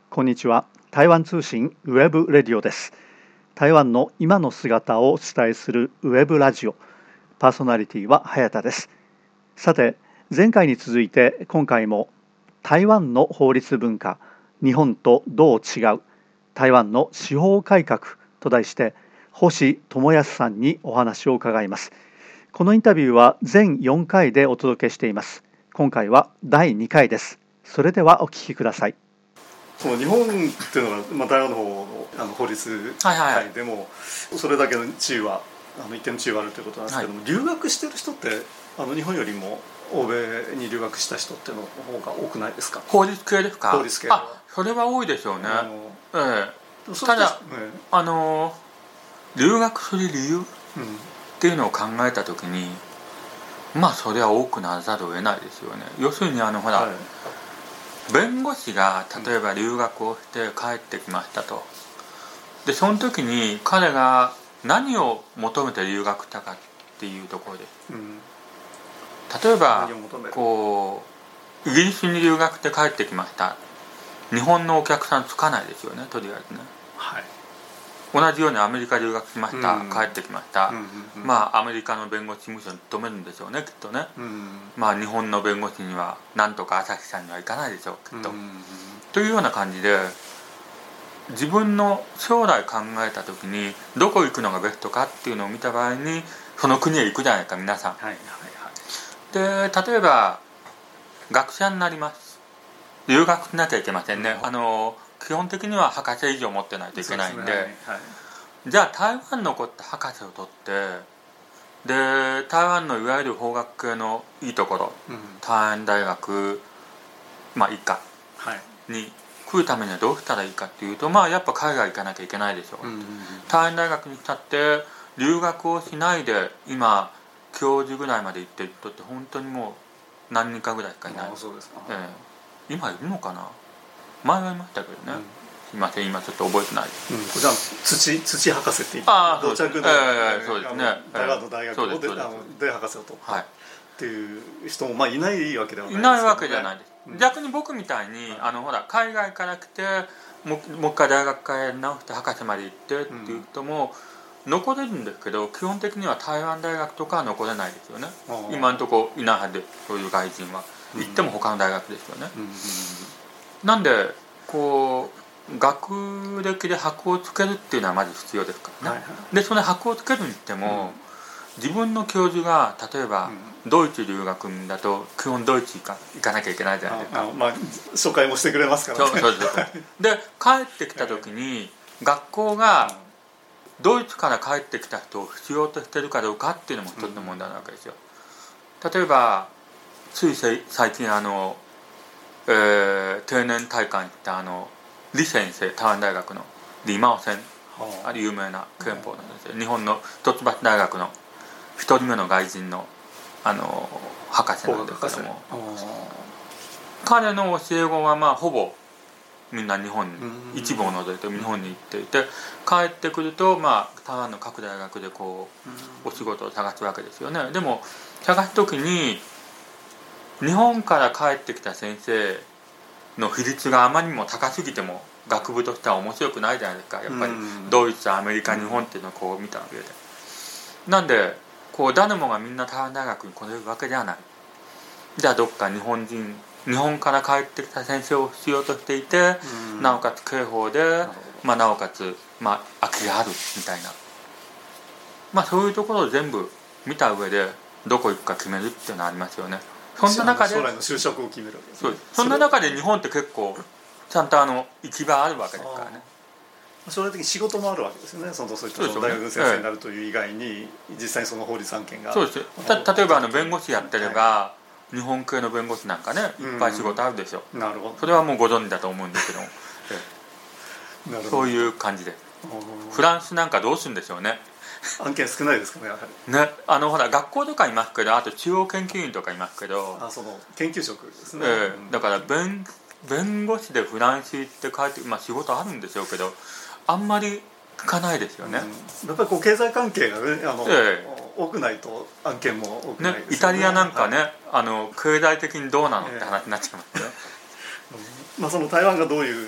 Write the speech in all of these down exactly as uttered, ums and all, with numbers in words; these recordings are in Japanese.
こんにちは。台湾通信ウェブレディオです。台湾の今の姿をお伝えするウェブラジオ。パーソナリティは早田です。さて、前回に続いて今回も台湾の法律文化、日本とどう違う、台湾の司法改革と題して星智康さんにお話を伺います。このインタビューは全よんかいでお届けしています。今回はだいにかいです。それではお聞きください。その日本っていうのが、まあ、台湾の方の、あの法律界でも、はいはい、それだけの地位はあの一定の地位はあるということなんですけども、はい、留学してる人ってあの日本よりも欧米に留学した人っていうの方が多くないですか？ 法律系ですか？ 法律系はあ、それは多いでしょうね。 あの、 ええ、ただ、ええ、あの留学する理由っていうのを考えたときに、うん、まあそれは多くならざるを得ないですよね。要するにあのほら、はい、弁護士が例えば留学をして帰ってきましたと。でその時に彼が何を求めて留学したかっていうところです、うん、例えばこうイギリスに留学して帰ってきました。日本のお客さんつかないですよね、とりあえずね、はい、同じようにアメリカ留学しました、うん、帰ってきました、うんうんうん、まあアメリカの弁護士事務所に勤めるんでしょうね、きっとね、うん、まあ日本の弁護士にはなんとか朝日さんには行かないでしょう、きっと、うんうんうん、というような感じで自分の将来考えた時にどこ行くのがベストかっていうのを見た場合にその国へ行くじゃないか皆さん、はいはいはい、で例えば学者になります。留学しなきゃいけませんね、うん、あの基本的には博士以上持ってないといけないん で, で、ねはいはい、じゃあ台湾の子って博士を取ってで台湾のいわゆる法学系のいいところ、うん、台湾大学、まあ以下に来るためにはどうしたらいいかっていうと、まあやっぱ海外行かなきゃいけないでしょう、うんうんうん、台湾大学にしたって留学をしないで今教授ぐらいまで行ってる人って本当にもう何人かぐらいしかいない。あ、そうですか、えー、今いるのかな。前はいましたけどね、うん、すいません今ちょっと覚えてないです、うん、 じゃあ 土, 土博士って言って同着の、えー、そうですね、 台湾の大学で博士を取った、はい、っていう人もまあいないわけではないですけど、ね、 いないわけじゃないです、うん、逆に僕みたいに、はい、あのほら海外から来てもう一回大学から直して博士まで行ってっていう人も残れるんですけど、基本的には台湾大学とかは残れないですよね。今のところいないはずで、そういう外人は行っても他の大学ですよね、うんうんうん、なんでこう学歴で箔をつけるっていうのはまず必要ですからね、はいはい、でその箔をつけるにしても、うん、自分の教授が例えば、うん、ドイツ留学だと基本ドイツ行かなきゃいけないじゃないですか。 ああ、まあ、紹介もしてくれますからね。 そうそうそうで帰ってきた時に学校がドイツから帰ってきた人を必要としてるかどうかっていうのも一つの問題なわけですよ、うん、例えばつい最近あの、えー、定年退官したあの李先生、台湾大学の李茂先、あれ有名な憲法の先生、日本の一橋大学の一人目の外人のあの博士なんですけども、彼の教え子はまあほぼみんな日本に、一部を除いて日本に行っていて、帰ってくるとまあ台湾の各大学でこうお仕事を探すわけですよね。でも探す時に日本から帰ってきた先生の比率があまりにも高すぎても学部としては面白くないじゃないですか。やっぱりドイツ、アメリカ、日本っていうのをこう見たわけで、なんでこう誰もがみんな台湾大学に来れるわけではない。じゃあどっか日本人日本から帰ってきた先生を必要としていて、なおかつ刑法で、まあ、なおかつ、まあ、空きがあるみたいな、まあ、そういうところを全部見た上でどこ行くか決めるっていうのはありますよね。そんな中で将来の就職を決めるわけですね。 そうです。そんな中で日本って結構ちゃんとあの行き場あるわけですからね。 将来的に仕事もあるわけですよね。そのそういったその大学先生になるという以外に、実際にその法律案件がそうです。た例えばあの弁護士やってれば、はい、日本系の弁護士なんかねいっぱい仕事あるでしょ、うん、なるほど。それはもうご存知だと思うんですけどもなるほど、そういう感じで。フランスなんかどうするんでしょうね。 案件少ないですかね、やはりね。あのほら学校とかいますけど、あと中央研究員とかいますけど、 あ、その研究職ですね、 えー、だから 弁, 弁護士でフランス行って帰って、まあ、仕事あるんでしょうけどあんまり聞かないですよね、 うん、やっぱりこう経済関係がねあの、えー、多くないと案件も多くないですよね。 ね、イタリアなんかね、はい、あの経済的にどうなのって話になっちゃいますね、 えーまあ、その台湾がどういう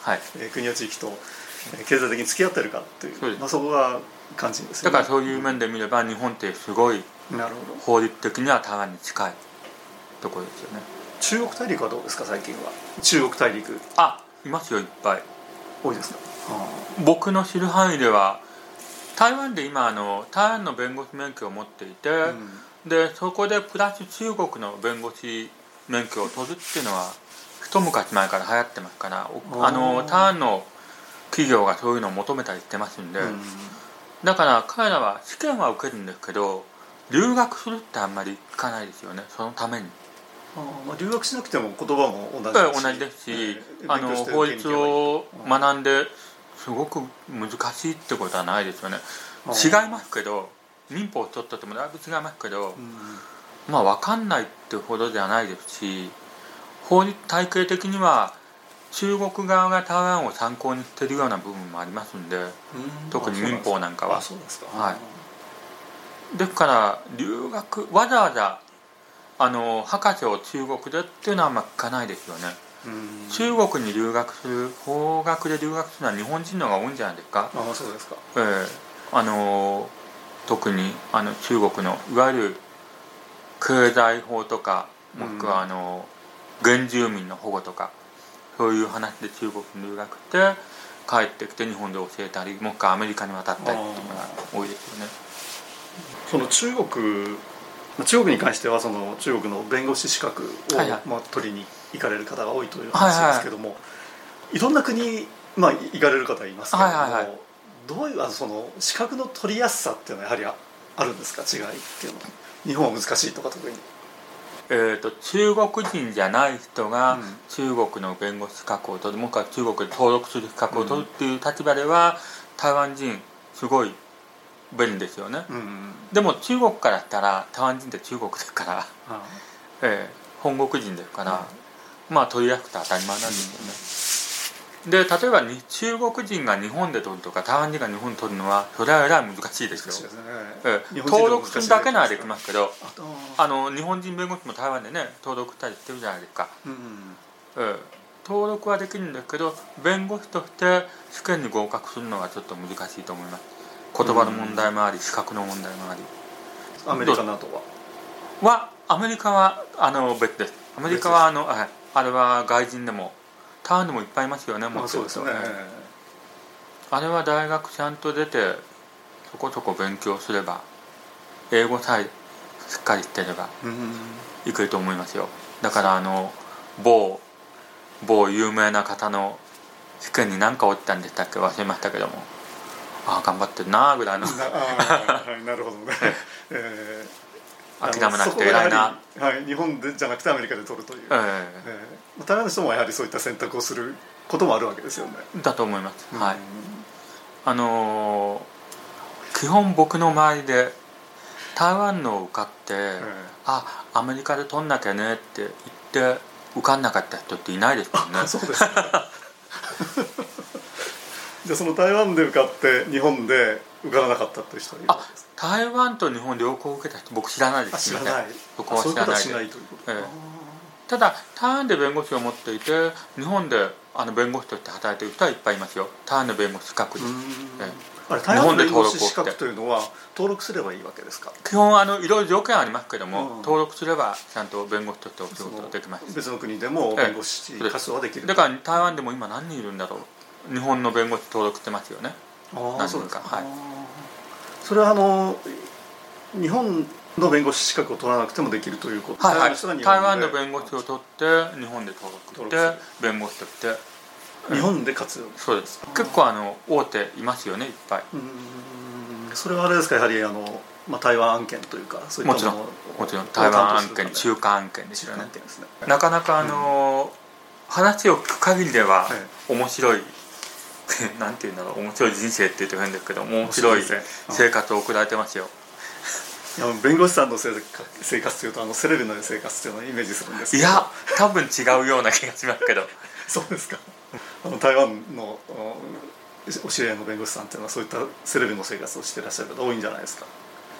はい、 えー、国や地域と経済的に付き合ってるかという、そう、まあ、そこが肝心ですよね。 だからそういう面で見れば日本ってすごい法律的には台湾に近いところですよね。 中国大陸はどうですか最近は。中国大陸、 あ、いますよ、いっぱい。 多いですか。 僕の知る範囲では台湾で今あの台湾の弁護士免許を持っていて、うん、でそこでプラス中国の弁護士免許を取るっていうのは一昔前から流行ってますから、あの台湾の企業がそういうのを求めたりしてますんで、うん、だから彼らは試験は受けるんですけど留学するってあんまり聞かないですよね、そのために。 あ、まあ、留学しなくても言葉も同じですし、 同じですし、えー、あの法律を学んですごく難しいってことはないですよね。違いますけど、民法を取ったってもだいぶ違いますけど、うん、まあ分かんないってほどではないですし、法律体系的には中国側が台湾を参考にしているような部分もありますんで、うん、特に民法なんかは。 そうですか。 はい。ですから留学わざわざあの博士を中国でっていうのはあんま聞かないですよね。うん、中国に留学する、法学で留学するのは日本人の方が多いんじゃないですか。 ああ、そうですか。 えー、あの特にあの中国のいわゆる経済法とか、もしくはあの原住民の保護とか、そういう話で中国に留学して帰ってきて日本で教えたり、もう一回アメリカに渡ったりっていうのが多いですよね。 その中国中国に関してはその中国の弁護士資格を、はいはい、まあ、取りに行かれる方が多いという話ですけども、はいはい、いろんな国、まあ、行かれる方いますけれども、はいはいはい、どういうその資格の取りやすさっていうのはやはり あ, あるんですか、違いっていうのは。日本は難しいとか特に。 えー、と中国人じゃない人が中国の弁護士資格を取る、もしくは中国で登録する資格を取るっていう立場では、うん、台湾人すごい便利ですよね、うんうん、でも中国からしたら台湾人って中国ですから、うんえー、本国人ですから、うん、まあ取りやすくて当たり前なんですよね、うん、で例えばに中国人が日本で取るとか台湾人が日本で取るのはそれはえらい難しいですよ。ですね、えー、登録するだけならできますけど、あの日本人弁護士も台湾でね登録したりしてるじゃないですか、うんうんえー、登録はできるんですけど弁護士として試験に合格するのはちょっと難しいと思います。言葉の問題もあり、資格の問題もあり。 アメリカなどははアメリカはあの別です。アメリカはあのああれは外人でも台湾でもいっぱいいますよね。 もうそうですね。 あれは大学ちゃんと出てそこそこ勉強すれば、英語さえしっかりしてればいけると思いますよ。だからあの某某有名な方の試験に何か落ちたんでしたっけ、忘れましたけども。ああ頑張ってるなぐらいの。 な, なるほどね。えー、諦めなくて偉いな。 はい、日本でじゃなくてアメリカで取るという。えーえー、台湾の人もやはりそういった選択をすることもあるわけですよね。 だと思います。はい。あのー、基本僕の周りで台湾の受かって、えー、あアメリカで取んなきゃねって言って受かんなかった人っていないですもんね。 あそうですか。じゃあその台湾で受かって日本で受からなかったという人はいるんですか。 台湾と日本両方受けた人僕知らないです。 知らない。 そこは知らないで。 そういうことはしないということ、ええ、 ただ台湾で弁護士を持っていて日本であの弁護士として働いている人はいっぱいいますよ。台湾の弁護士資格です。ええ、 あれ台湾の弁護士資格というのは登録すればいいわけですか。 基本あのいろいろ条件ありますけども、うん、登録すればちゃんと弁護士としてお仕事できます。 別の国でも弁護士活動はできる、 ええ、だから台湾でも今何人いるんだろう。日本の弁護士登録してますよね。 ああそうですか。はい。それはあの日本の弁護士資格を取らなくてもできるということ。 はいはい。台湾の弁護士を取って日本で登録して弁護士として日本で活用。 そうです。結構あの大手いますよねいっぱい。 うんそれはあれですかやはりあの、まあ、台湾案件というかそういったものもちろんもちろん台湾案件中華案件ですよね。ですねなかなかあの、うん、話を聞く限りでは面白い、はいなんていうんだろう面白い人生って言うと変ですけど面白い生活を送られてますよ。 いや弁護士さんの生活というとあのセレブの生活というのをイメージするんですけど。 いや多分違うような気がしますけど。 そうですか。あの台湾のお知り合いの弁護士さんっていうのはそういったセレブの生活をしていらっしゃる方多いんじゃないですか。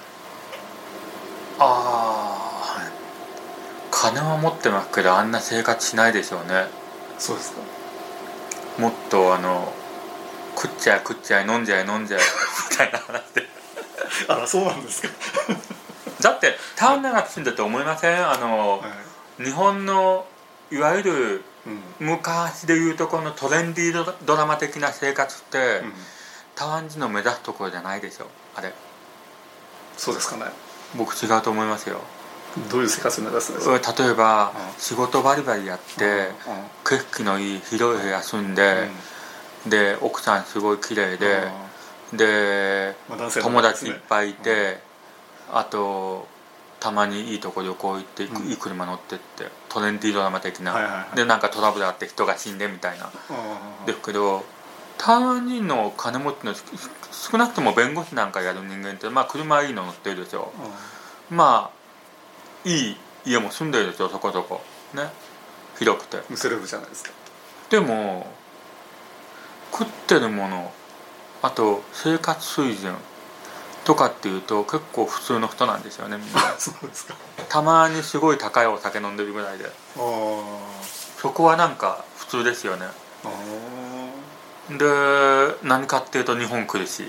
ああ金は持ってますけどあんな生活しないでしょうね。 そうですか。 もっとあの食っちゃえ食っちゃえ飲んじゃえ飲んじゃえみたいな話であらそうなんですかだって台湾長く住んでて思いませんあの、はい、日本のいわゆる、うん、昔でいうとこのトレンディードラマ的な生活って、うん、台湾人の目指すところじゃないでしょあれ。 そうですかね。 僕違うと思いますよ。 どういう生活を目指すんですか。 例えば、うん、仕事バリバリやって、うんうん、景色のいい広い部屋住んで、うん、で奥さんすごい綺麗で、うん、で、まあ男性の友達いっぱいいて、うん、あとたまにいいとこ旅行行って、うん、いい車乗ってってトレンディードラマ的な、はいはいはい、でなんかトラブルあって人が死んでみたいな、うん、ですけど台湾人の金持ちの少なくとも弁護士なんかやる人間って、まあ、車いいの乗ってるでしょ、うん、まあいい家も住んでるでしょそこそこね広くてセレブじゃないですか。 でも食ってるものあと生活水準とかっていうと結構普通の人なんですよねみんなそうですか。 たまにすごい高いお酒飲んでるぐらいで、あそこはなんか普通ですよね。あで何かっていうと日本来るし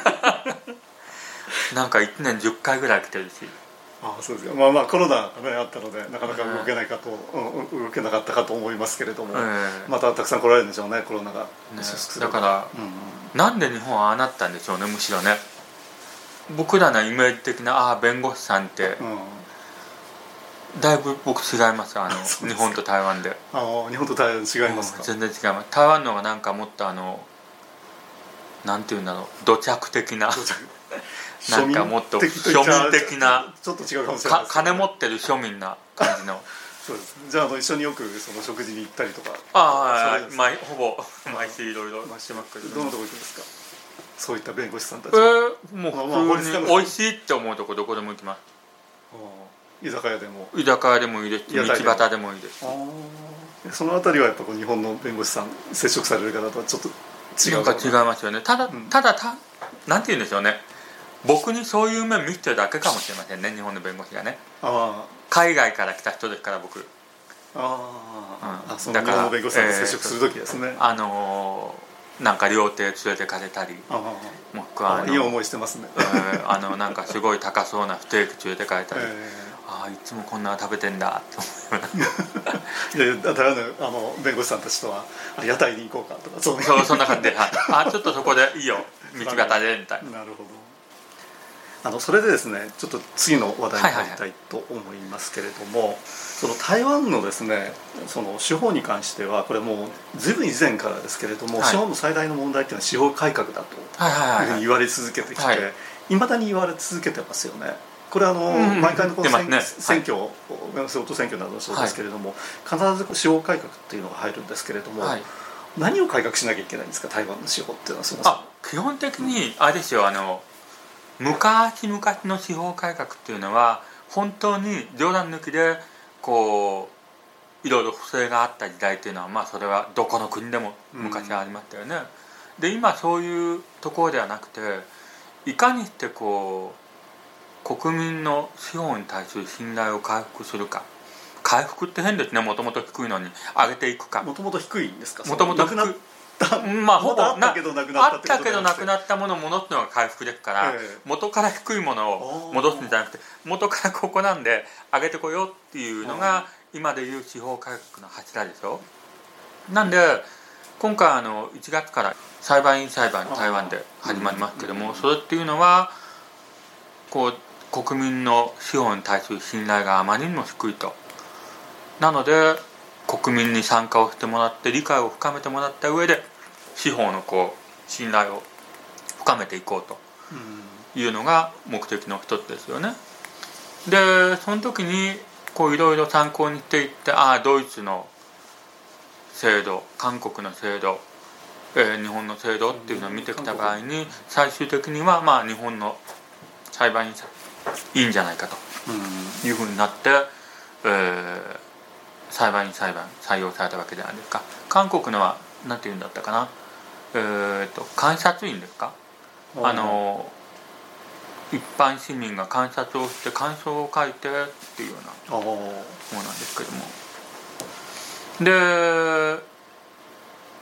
なんかいちねんじゅっかいぐらい来てるし。 あそうですか。まあまあコロナが、ね、あったのでなかなか動けないかと、うん、動けなかったかと思いますけれども、えー、またたくさん来られるんでしょうねコロナが、ね、 だから、うんうん、なんで日本はああなったんでしょうねむしろね。僕らのイメージ的なああ弁護士さんって、うん、だいぶ僕違いますあの日本と台湾で。 あ日本と台湾違いますか。 全然違います。台湾の方がなんかもっとあのなんていうんだろう土着的ななんかもっと庶民的なちょっと違うかもしれないです、ね、 金持ってる庶民な感じのそうです。じゃあ、あの一緒によくその食事に行ったりとか。 ああ毎ほぼ毎週いろいろしてますけど、ね、 どのとこ行くんですかそういった弁護士さんたち。 えー、もう普通に美味しいって思うとこどこでも行きます。 居酒屋でも居酒屋でもいいですし道端でもいいですし。 そのあたりはやっぱこう日本の弁護士さん接触される方とはちょっと違うなんか違いますよね。ただ、うん、ただたなんて言うんでしょうね僕にそういう面見せてるだけかもしれませんね日本の弁護士がね。あ海外から来た人ですから僕。 あ、うん、あその日本の弁護士さんと接触する時ですね、 えー、あのー、なんか料亭連れてかれたり僕はあのいい思いしてますね、 えー、あのなんかすごい高そうなステーキ連れてかれたり、えー、ああいつもこんなの食べてんだって思うようないやいやだからあの弁護士さんたちとは屋台に行こうかとかそうそうそんな感じで、はい、あちょっとそこでいいよ道端でみたいな。 なるほど。あのそれでですねちょっと次の話題に入りたいと思いますけれども、はいはいはい、その台湾のですねその司法に関してはこれもうずいぶん以前からですけれども、はい、司法の最大の問題っていうのは司法改革だというふうに言われ続けてきて、はいはいはい、未だに言われ続けてますよね。これはあの、うん、毎回のこの 選,、ね、選挙、はい、総統選挙などもそうですけれども、はい、必ず司法改革っていうのが入るんですけれども、はい、何を改革しなきゃいけないんですか台湾の司法っていうのは。そもそもあ基本的にあれですよあの昔々の司法改革っていうのは本当に冗談抜きでこういろいろ不正があった時代っていうのはまあそれはどこの国でも昔はありましたよね、うん、で今そういうところではなくていかにしてこう国民の司法に対する信頼を回復するか。回復って変ですねもともと低いのに上げていくか。 もともと低いんですか。 もともと低いまあほぼあったけどなくなったってことあったけどなくなったものを戻すのが回復ですから、ええ、元から低いものを戻すんじゃなくて元からここなんで上げてこようっていうのが今でいう司法改革の柱でしょ。なんで今回あのいちがつから裁判員裁判台湾で始まりますけども、それっていうのはこう国民の司法に対する信頼があまりにも低いと。なので国民に参加をしてもらって理解を深めてもらった上で司法のこう信頼を深めていこうというのが目的の一つですよね。でその時にこういろいろ参考にしていってああドイツの制度韓国の制度、えー、日本の制度っていうのを見てきた場合に最終的にはまあ日本の裁判員さんいいんじゃないかというふうになって、えー裁判員裁判採用されたわけじゃないですか。韓国のは何て言うんだったかな、えー、と監察員ですか。あの一般市民が観察をして感想を書いてっていうようなものなんですけども、で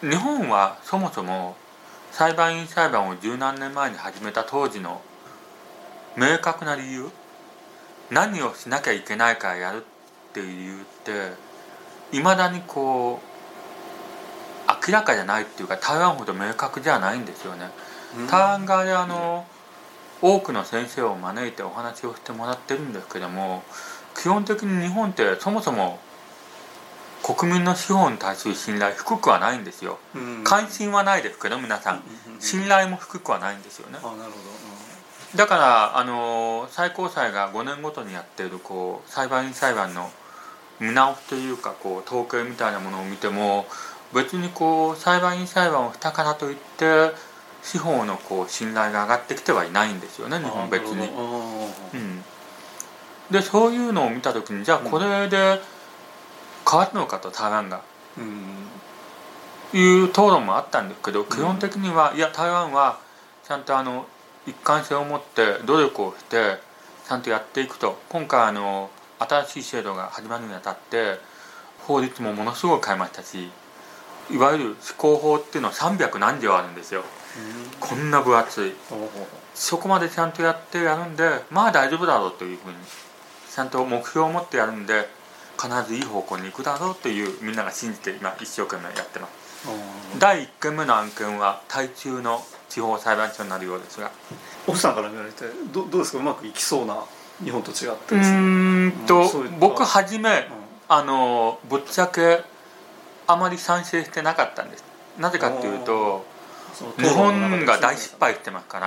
日本はそもそも裁判員裁判を十何年前に始めた当時の明確な理由、何をしなきゃいけないからやるっていう理由っていまだにこう明らかじゃないっていうか、台湾ほど明確じゃないんですよね。台湾側であの多くの先生を招いてお話をしてもらってるんですけども、基本的に日本ってそもそも国民の司法に対する信頼低くはないんですよ。関心はないですけど皆さん信頼も低くはないんですよね。 あ、なるほど。 だからあの最高裁がごねんごとにやっているこう裁判員裁判の見直しというかこう統計みたいなものを見ても、別にこう裁判員裁判をしたからといって司法のこう信頼が上がってきてはいないんですよね、日本別に。うん、でそういうのを見た時に、じゃあこれで変わるのかと台湾が、うん、いう討論もあったんですけど、基本的には、いや台湾はちゃんとあの一貫性を持って努力をしてちゃんとやっていくと。今回あの新しい制度が始まるにあたって法律もものすごい変えましたし、いわゆる施行法っていうのはさんびゃくなんじょうあるんですよ、うん、こんな分厚い。そこまでちゃんとやってやるんで、まあ大丈夫だろうというふうにちゃんと目標を持ってやるんで、必ずいい方向に行くだろうというみんなが信じて今一生懸命やってます。だいいっけんめの案件は台中の地方裁判所になるようですが、 奥さんから見られて ど, どうですか、うまくいきそうな日本と違ってですね。 うーんと、うん、僕はじめ、うん、あのぶっちゃけあまり賛成してなかったんです。なぜかっていうと日本が大失敗してますから。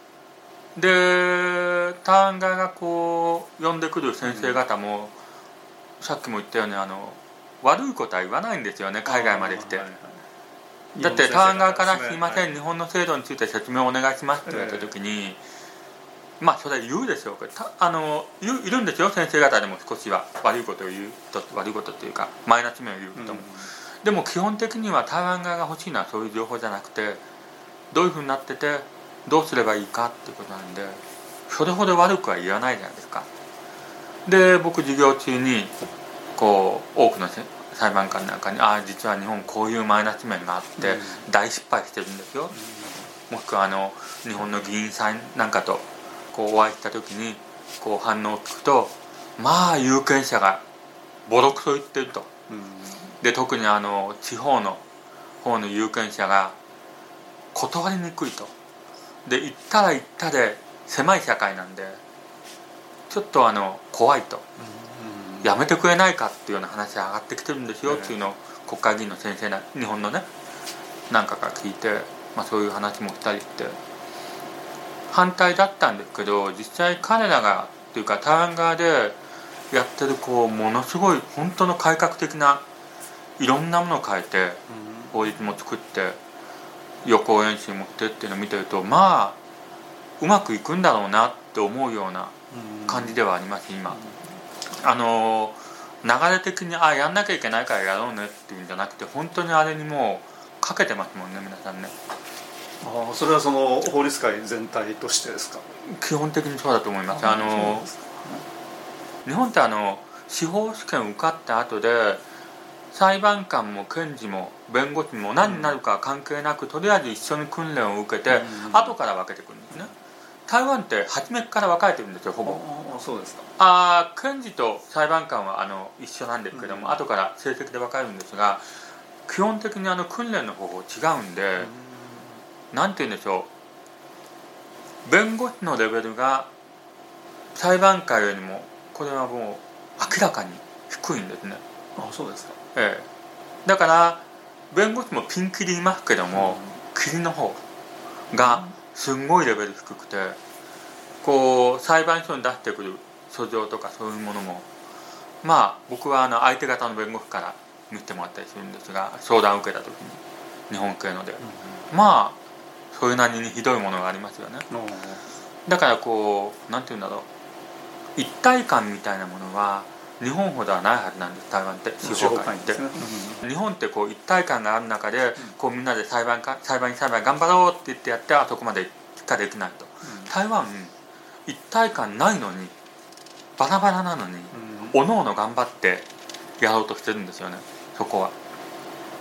で台湾側がこう呼んでくる先生方も、うん、さっきも言ったようにあの悪いことは言わないんですよね、海外まで来て。だって台湾側から「すいません、日本の制度について説明をお願いします」って言われた時に、まあそれは言うでしょうけど、あのいるんですよ先生方でも少しは悪いことを言うと、悪いことというかマイナス面を言うことも、うん、でも基本的には台湾側が欲しいのはそういう情報じゃなくて、どういうふうになっててどうすればいいかっていうことなんで、それほど悪くは言わないじゃないですか。で僕授業中にこう多くの裁判官なんかに「ああ実は日本こういうマイナス面があって大失敗してるんですよ」うん、もしくはあの日本の議員さんなんかとこうお会いした時にこう反応を聞くと、まあ有権者がボロクソ言ってると、うん、で特にあの地方の方の有権者が断りにくいと。で行ったら行ったで狭い社会なんでちょっとあの怖いと、うん、やめてくれないかっていうような話が上がってきてるんですよっていうのを国会議員の先生な日本のねなんかから聞いて、まあ、そういう話もしたりして反対だったんですけど、実際彼らがっていうか台湾側でやってるこうものすごい本当の改革的ないろんなものを変えて法律も作って予行演習もってっていうのを見てると、まあうまくいくんだろうなって思うような感じではあります今。あの流れ的にあやんなきゃいけないからやろうねっていうんじゃなくて、本当にあれにもうかけてますもんね皆さんね。 あ、それはその法律界全体としてですか？ 基本的にそうだと思います。あの日本ってあの司法試験受かった後で裁判官も検事も弁護士も何になるか関係なく、とりあえず一緒に訓練を受けて、うん、後から分けてくるんですね。台湾って初めから分かれてるんですよほぼ。 ああ、そうですか。 あ検事と裁判官はあの一緒なんですけども、うん、後から成績で分かれるんですが、基本的にあの訓練の方法違うんで、うん、なんて言うんでしょう、弁護士のレベルが裁判官よりもこれはもう明らかに低いんですね。 あ、そうですか。 ええ、だから弁護士もピンキリいますけども、うん、キリの方がすんごいレベル低くて、こう裁判所に出してくる訴状とかそういうものも、まあ僕はあの相手方の弁護士から見てもらったりするんですが、相談を受けた時に日本系ので、うん、まあそれなりにひどいものがありますよね。うん、だからこうなんていうんだろう、一体感みたいなものは日本ほどはないはずなんです、台湾って司法界って、ね、うん、日本ってこう一体感がある中でこうみんなで裁判か裁判員裁判頑張ろうって言ってやってあそこまでしかできないと、うん、台湾一体感ないのにバラバラなのに、うん、おのおの頑張ってやろうとしてるんですよね、そこは。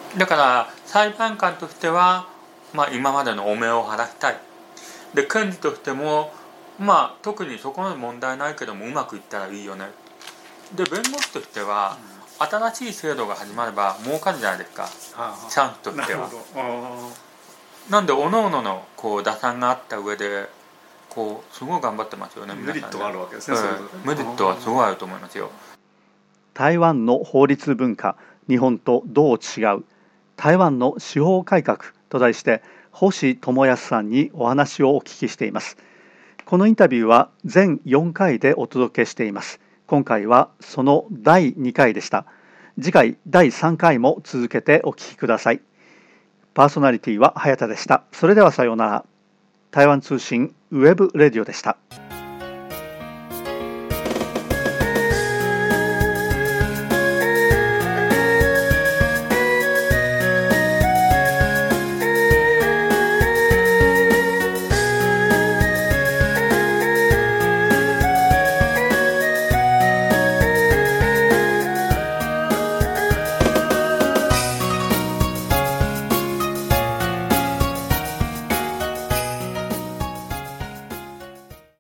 だから裁判官としては、まあ、今までの汚名を晴らしたい。で検事としても、まあ、特にそこまで問題ないけどもうまくいったらいいよね。で弁護士としては、うん、新しい制度が始まれば儲かるじゃないですか、はあ、チャンスとしては。なんで各々のこう打算があった上でこうすごい頑張ってますよね。 メリットがあるわけですね、 うん、メリットはすごいあると思いますよ。 台湾の法律文化、日本とどう違う、台湾の司法改革と題して星智康さんにお話をお聞きしています。このインタビューは全よんかいでお届けしています。今回はそのだいにかいでした。次回だいさんかいも続けてお聞きください。パーソナリティは早田でした。それではさようなら。台湾通信ウェブレディオでした。